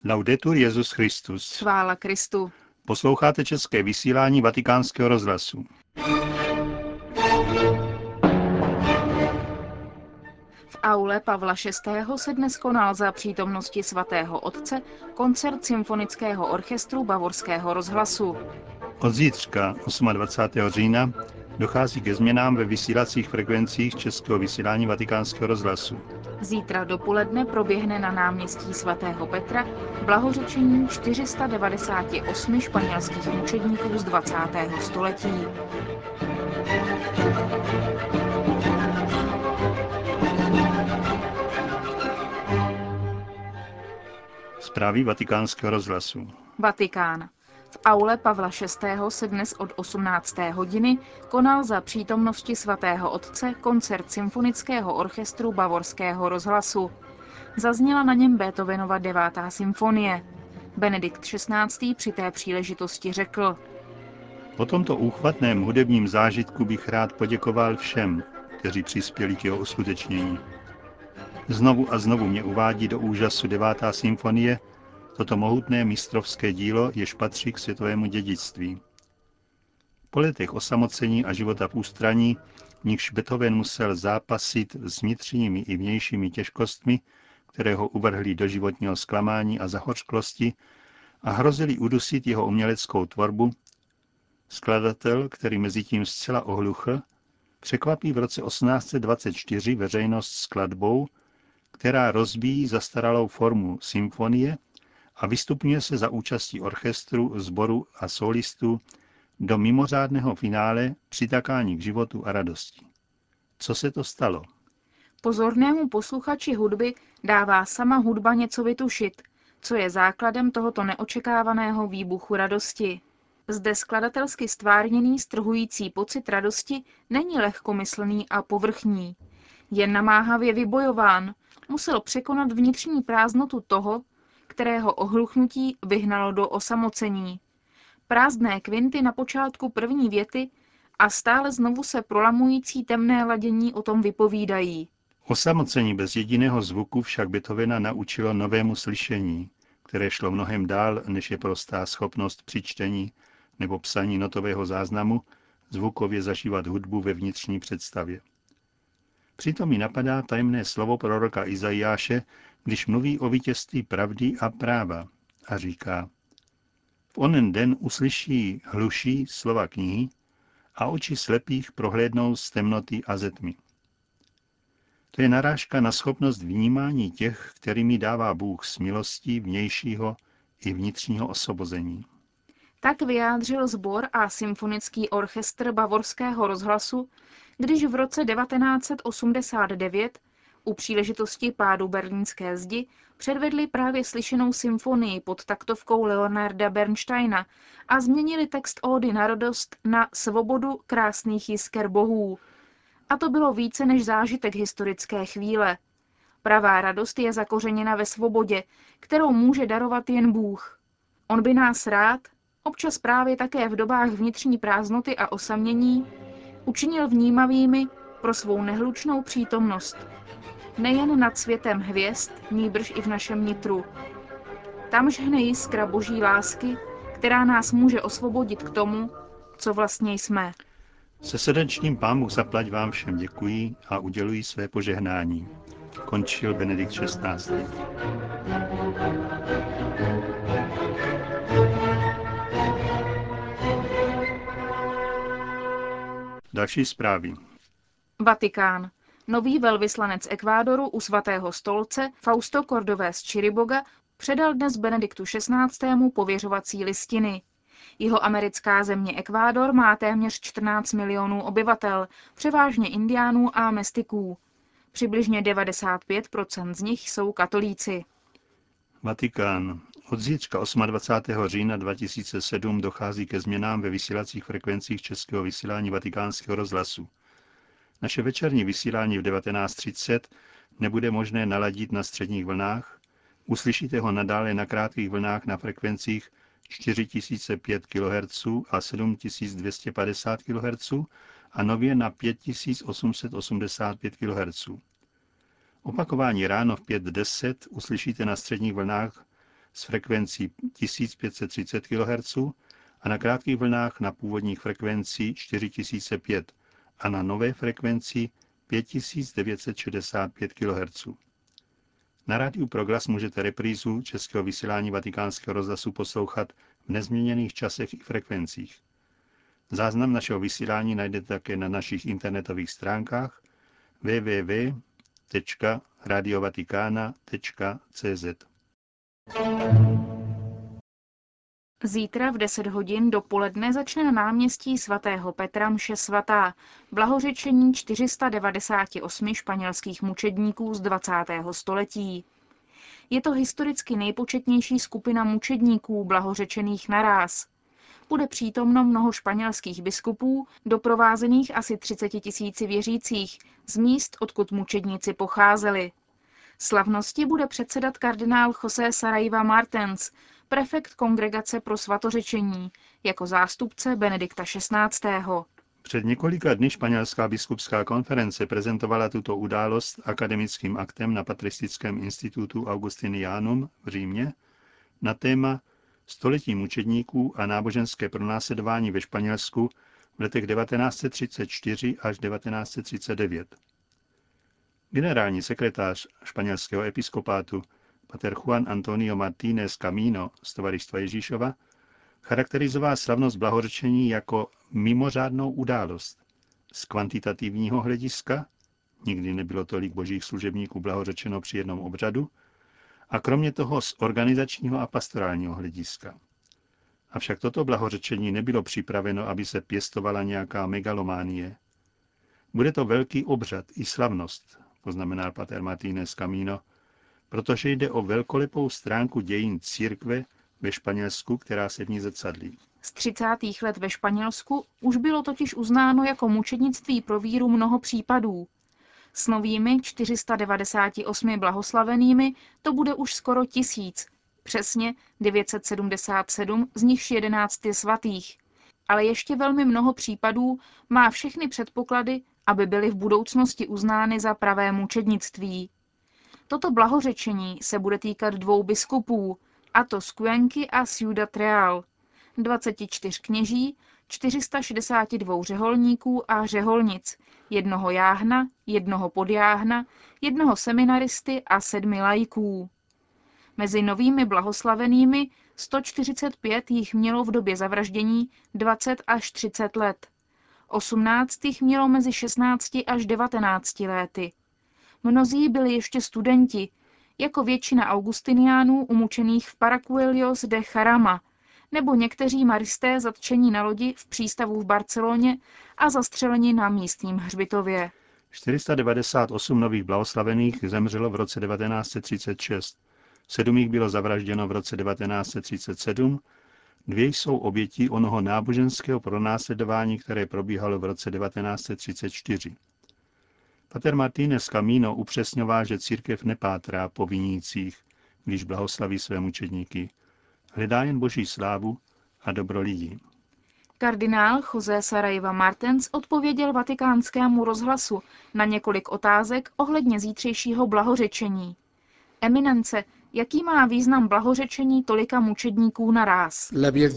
Laudetur Jesus Christus. Chvála Kristu. Posloucháte české vysílání Vatikánského rozhlasu. V aule Pavla VI. Se dnes konal za přítomnosti svatého otce koncert symfonického orchestru Bavorského rozhlasu. Od zítřka, 28. října, dochází ke změnám ve vysílacích frekvencích českého vysílání Vatikánského rozhlasu. Zítra dopoledne proběhne na náměstí svatého Petra blahořečení 498 španělských mučedníků z 20. století. Zprávy Vatikánského rozhlasu. Vatikán. V aule Pavla VI. Se dnes od 18. hodiny konal za přítomnosti svatého otce koncert symfonického orchestru Bavorského rozhlasu. Zazněla na něm Beethovenova 9. symfonie. Benedikt XVI. Při té příležitosti řekl: Po tomto úchvatném hudebním zážitku bych rád poděkoval všem, kteří přispěli k jeho uskutečnění. Znovu a znovu mě uvádí do úžasu 9. symfonie, toto mohutné mistrovské dílo, jež patří k světovému dědictví. Po letech osamocení a života v ústraní, v nichž Beethoven musel zápasit s vnitřními i vnějšími těžkostmi, které ho uvrhly do životního zklamání a zahořklosti a hrozili udusit jeho uměleckou tvorbu, skladatel, který mezitím zcela ohluchl, překvapí v roce 1824 veřejnost skladbou, která rozbíjí zastaralou formu symfonie a vystupňuje se za účastí orchestru, sboru a solistů do mimořádného finále přitakání k životu a radosti. Co se to stalo? Pozornému posluchači hudby dává sama hudba něco vytušit, co je základem tohoto neočekávaného výbuchu radosti. Zde skladatelsky stvárněný strhující pocit radosti není lehkomyslný a povrchní. Je namáhavě vybojován, musel překonat vnitřní prázdnotu toho, kterého ohluchnutí vyhnalo do osamocení. Prázdné kvinty na počátku první věty a stále znovu se prolamující temné ladění o tom vypovídají. Osamocení bez jediného zvuku však Beethovena naučilo novému slyšení, které šlo mnohem dál, než je prostá schopnost při čtení nebo psaní notového záznamu zvukově zažívat hudbu ve vnitřní představě. Přitom mi napadá tajemné slovo proroka Izajáše, když mluví o vítězství pravdy a práva a říká: v onen den uslyší hluší slova knihy a oči slepých prohlédnou z temnoty a ze tmy. To je narážka na schopnost vnímání těch, kterými dává Bůh s milostí vnějšího i vnitřního osvobození. Tak vyjádřil sbor a symfonický orchestr Bavorského rozhlasu, když v roce 1989 u příležitosti pádu berlínské zdi předvedli právě slyšenou symfonii pod taktovkou Leonarda Bernsteina a změnili text ódy na radost na svobodu krásných jisker bohů. A to bylo více než zážitek historické chvíle. Pravá radost je zakořeněna ve svobodě, kterou může darovat jen Bůh. On by nás rád, občas právě také v dobách vnitřní prázdnoty a osamění, učinil vnímavými pro svou nehlučnou přítomnost. Nejen nad světem hvězd, nýbrž i v našem nitru. Tam žhne jiskra boží lásky, která nás může osvobodit k tomu, co vlastně jsme. Se srdečným Pán Bůh zaplať vám všem děkuji a uděluji své požehnání. Končil Benedikt XVI. Další zprávy. Vatikán. Nový velvyslanec Ekvádoru u svatého stolce Fausto Cordovés Chiriboga předal dnes Benediktu XVI. Pověřovací listiny. Jeho americká země Ekvádor má téměř 14 milionů obyvatel, převážně indiánů a mestiků. Přibližně 95% z nich jsou katolíci. Vatikán. Od zítřka 28. října 2007 dochází ke změnám ve vysílacích frekvencích českého vysílání Vatikánského rozhlasu. Naše večerní vysílání v 19:30 nebude možné naladit na středních vlnách, uslyšíte ho nadále na krátkých vlnách na frekvencích 4005 kHz a 7250 kHz a nově na 5885 kHz. Opakování ráno v 5:10 uslyšíte na středních vlnách s frekvencí 1530 kHz a na krátkých vlnách na původních frekvencí 4005 a na nové frekvenci 5965 kHz. Na rádiu Progras můžete reprízu českého vysílání Vatikánského rozhlasu poslouchat v nezměněných časech i frekvencích. Záznam našeho vysílání najdete také na našich internetových stránkách www.radiovaticana.cz. Zítra v 10 hodin dopoledne začne na náměstí svatého Petra mše svatá, blahořečení 498 španělských mučedníků z 20. století. Je to historicky nejpočetnější skupina mučedníků blahořečených naráz. Bude přítomno mnoho španělských biskupů, doprovázených asi 30 000 věřících z míst, odkud mučedníci pocházeli. Slavnosti bude předsedat kardinál José Saraiva Martens, prefekt Kongregace pro svatořečení, jako zástupce Benedikta XVI. Před několika dny španělská biskupská konference prezentovala tuto událost akademickým aktem na Patristickém institutu Augustinianum v Římě na téma Století mučedníků a náboženské pronásledování ve Španělsku v letech 1934 až 1939. Generální sekretář španělského episkopátu pater Juan Antonio Martínez Camino z Tovaristva Ježíšova charakterizoval slavnost blahořečení jako mimořádnou událost. Z kvantitativního hlediska nikdy nebylo tolik božích služebníků blahořečeno při jednom obřadu, a kromě toho z organizačního a pastorálního hlediska. Avšak toto blahořečení nebylo připraveno, aby se pěstovala nějaká megalománie. Bude to velký obřad i slavnost, poznamenal pater Martínez Camino, protože jde o velkolepou stránku dějin církve ve Španělsku, která se v ní zrcadlí. Z 30. let ve Španělsku už bylo totiž uznáno jako mučednictví pro víru mnoho případů. S novými 498 blahoslavenými to bude už skoro 1000, přesně 977, z nichž 11 je svatých. Ale ještě velmi mnoho případů má všechny předpoklady, aby byly v budoucnosti uznány za pravé mučednictví. Toto blahořečení se bude týkat 2 biskupů, a to z Cuenky a Ciudad Real, 24 kněží, 462 řeholníků a řeholnic, 1 jáhna, 1 podjáhna, 1 seminaristy a 7 laiků. Mezi novými blahoslavenými 145 jich mělo v době zavraždění 20 až 30 let. 18 jich mělo mezi 16 až 19 lety. Mnozí byli ještě studenti, jako většina augustiniánů umučených v Paracuellos de Jarama, nebo někteří maristé zatčení na lodi v přístavu v Barceloně a zastřeleni na místním hřbitově. 498 nových blahoslavených zemřelo v roce 1936, 7 jich bylo zavražděno v roce 1937, 2 jsou obětí onoho náboženského pronásledování, které probíhalo v roce 1934. Pater Martínez Camino upřesňoval, že církev nepátrá po vinících, když blahoslaví své mučedníky. Hledá jen boží slávu a dobro lidí. Kardinál José Saraiva Martens odpověděl Vatikánskému rozhlasu na několik otázek ohledně zítřejšího blahořečení. Eminence, jaký má význam blahořečení tolika mučedníků naráz?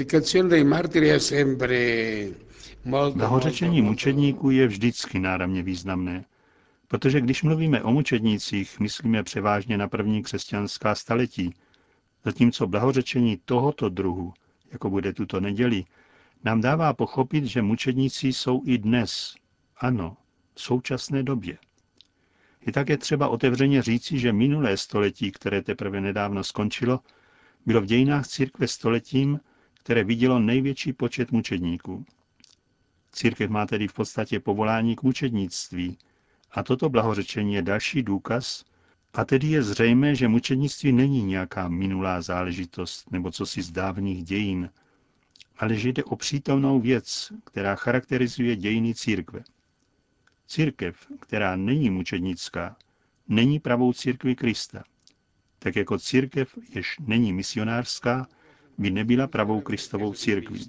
Blahořečení mučedníků je vždycky náramně významné, protože když mluvíme o mučednících, myslíme převážně na první křesťanská staletí, zatímco blahořečení tohoto druhu, jako bude tuto neděli, nám dává pochopit, že mučedníci jsou i dnes, ano, v současné době. Je také třeba otevřeně říci, že minulé století, které teprve nedávno skončilo, bylo v dějinách církve stoletím, které vidělo největší počet mučedníků. Církev má tedy v podstatě povolání k mučednictví a toto blahořečení je další důkaz, a tedy je zřejmé, že mučednictví není nějaká minulá záležitost nebo cosi z dávných dějin, ale že jde o přítomnou věc, která charakterizuje dějiny církve. Církev, která není mučednická, není pravou církví Krista. Tak jako církev, jež není misionářská, by nebyla pravou Kristovou církví.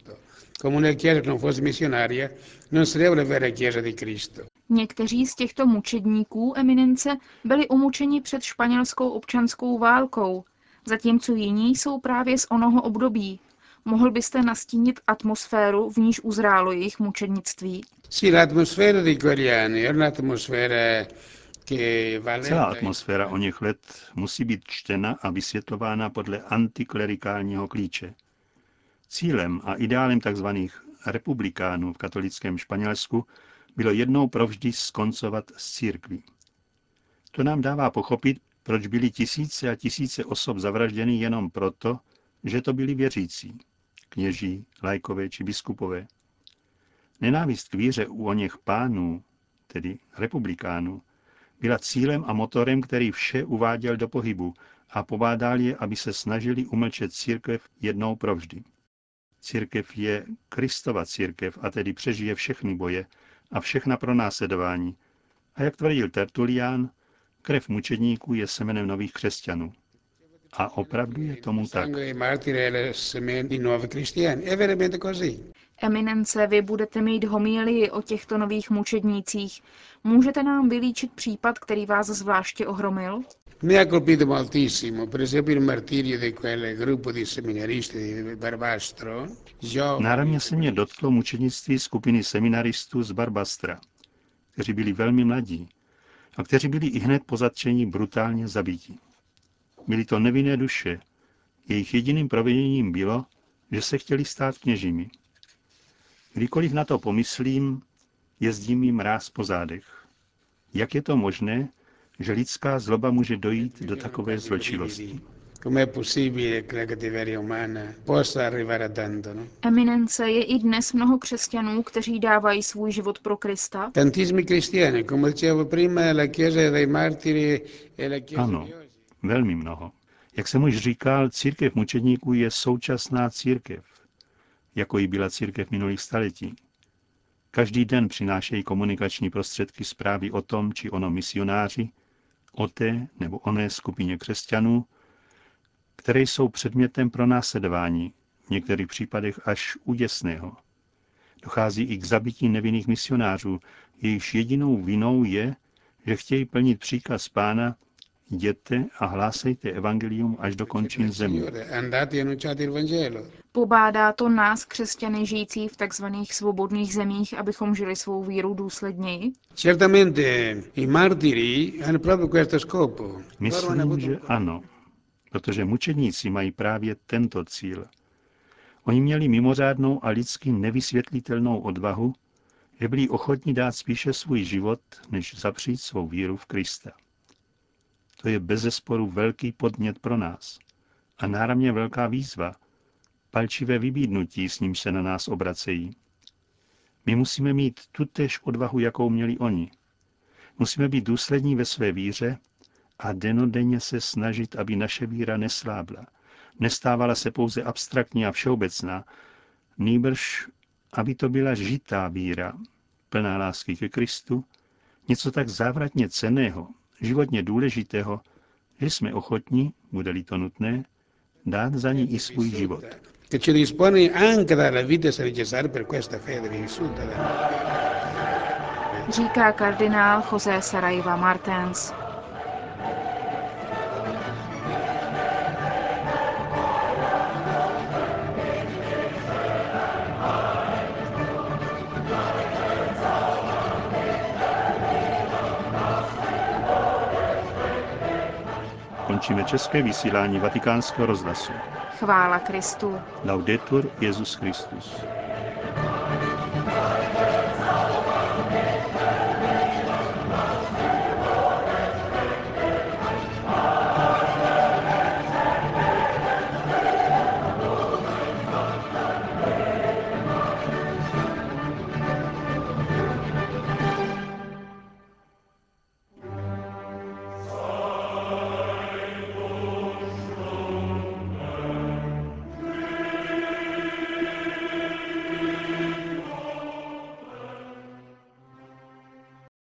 Někteří z těchto mučedníků eminence byli umučeni před španělskou občanskou válkou, zatímco jiní jsou právě z onoho období. Mohl byste nastínit atmosféru, v níž uzrálo jejich mučednictví? Sì, l'atmosfera di quegli anni era un'atmosfera che va Celá letta. atmosféra o něch let musí být čtena a vysvětlována podle antiklerikálního klíče. Cílem a ideálem tzv. Republikánů v katolickém Španělsku bylo jednou provždy skoncovat s církví. To nám dává pochopit, proč byly tisíce a tisíce osob zavražděny jenom proto, že to byli věřící, kněží, laikové či biskupové. Nenávist k víře u oněch pánů, tedy republikánů, byla cílem a motorem, který vše uváděl do pohybu a pobádal je, aby se snažili umlčet církev jednou provždy. Církev je Kristova církev a tedy přežije všechny boje a všechna pronásledování. A jak tvrdil Tertulián, krev mučedníků je semenem nových křesťanů. A opravdu je tomu tak. Eminence, vy budete mít homílii o těchto nových mučednících. Můžete nám vylíčit případ, který vás zvláště ohromil? Mi ha colpito moltissimo, per esempio il martirio di quel gruppo di seminaristi di Barbastro, Náramně giovani. se mě dotklo mučednictví skupiny seminaristů z Barbastra, kteří byli velmi mladí a kteří byli ihned po zatčení brutálně zabiti. Byly to nevinné duše. Jejich jediným proviněním bylo, že se chtěli stát kněžími. Kdykoliv na to pomyslím, jezdí mi mráz po zádech. Jak je to možné, že lidská zloba může dojít do takové zločivosti? Com'è possibile che la cattiveria umana possa arrivare a tanto, no? Eminence, je i dnes mnoho křesťanů, kteří dávají svůj život pro Krista? Tantissimi cristiani, come dicevo prima, la Chiesa dei Martiri e la Chiesa Ano, di oggi. velmi mnoho. Jak jsem už říkal, církev mučedníků je současná církev, jako ji byla církev minulých staletí. Každý den přinášejí komunikační prostředky zprávy o tom či onom misionáři, o té nebo oné skupině křesťanů, které jsou předmětem pronásledování, v některých případech až úděsného. Dochází i k zabití nevinných misionářů, jejichž jedinou vinou je, že chtějí plnit příkaz Pána: jděte a hlásejte evangelium až do končin země. Andate e annunciate il Vangelo. Pobádá to nás, křesťany žijící v takzvaných svobodných zemích, abychom žili svou víru důsledněji? Certamente i martiri hanno proprio questo scopo. Loro hanno Myslím, avuto že ano, protože mučedníci mají právě tento cíl. Oni měli mimořádnou a lidsky nevysvětlitelnou odvahu, že byli ochotní dát spíše svůj život, než zapřít svou víru v Krista. To je bezesporu velký podnět pro nás a náramně velká výzva, palčivé vybídnutí, s nímž se na nás obracejí. My musíme mít tutéž odvahu, jakou měli oni. Musíme být důslední ve své víře a dennodenně se snažit, aby naše víra neslábla. Nestávala se pouze abstraktní a všeobecná, nýbrž, aby to byla žitá víra, plná lásky ke Kristu, něco tak závratně cenného, životně důležitého, že jsme ochotní, bude-li to nutné, dát za ní i svůj život. che ci dispone anche dalla vita se necessaria per questa fede vissuta. Říká kardinál José Saraiva Martens. Končíme české vysílání Vatikánského rozhlasu. Chvála Kristu. Laudetur Jesus Christus.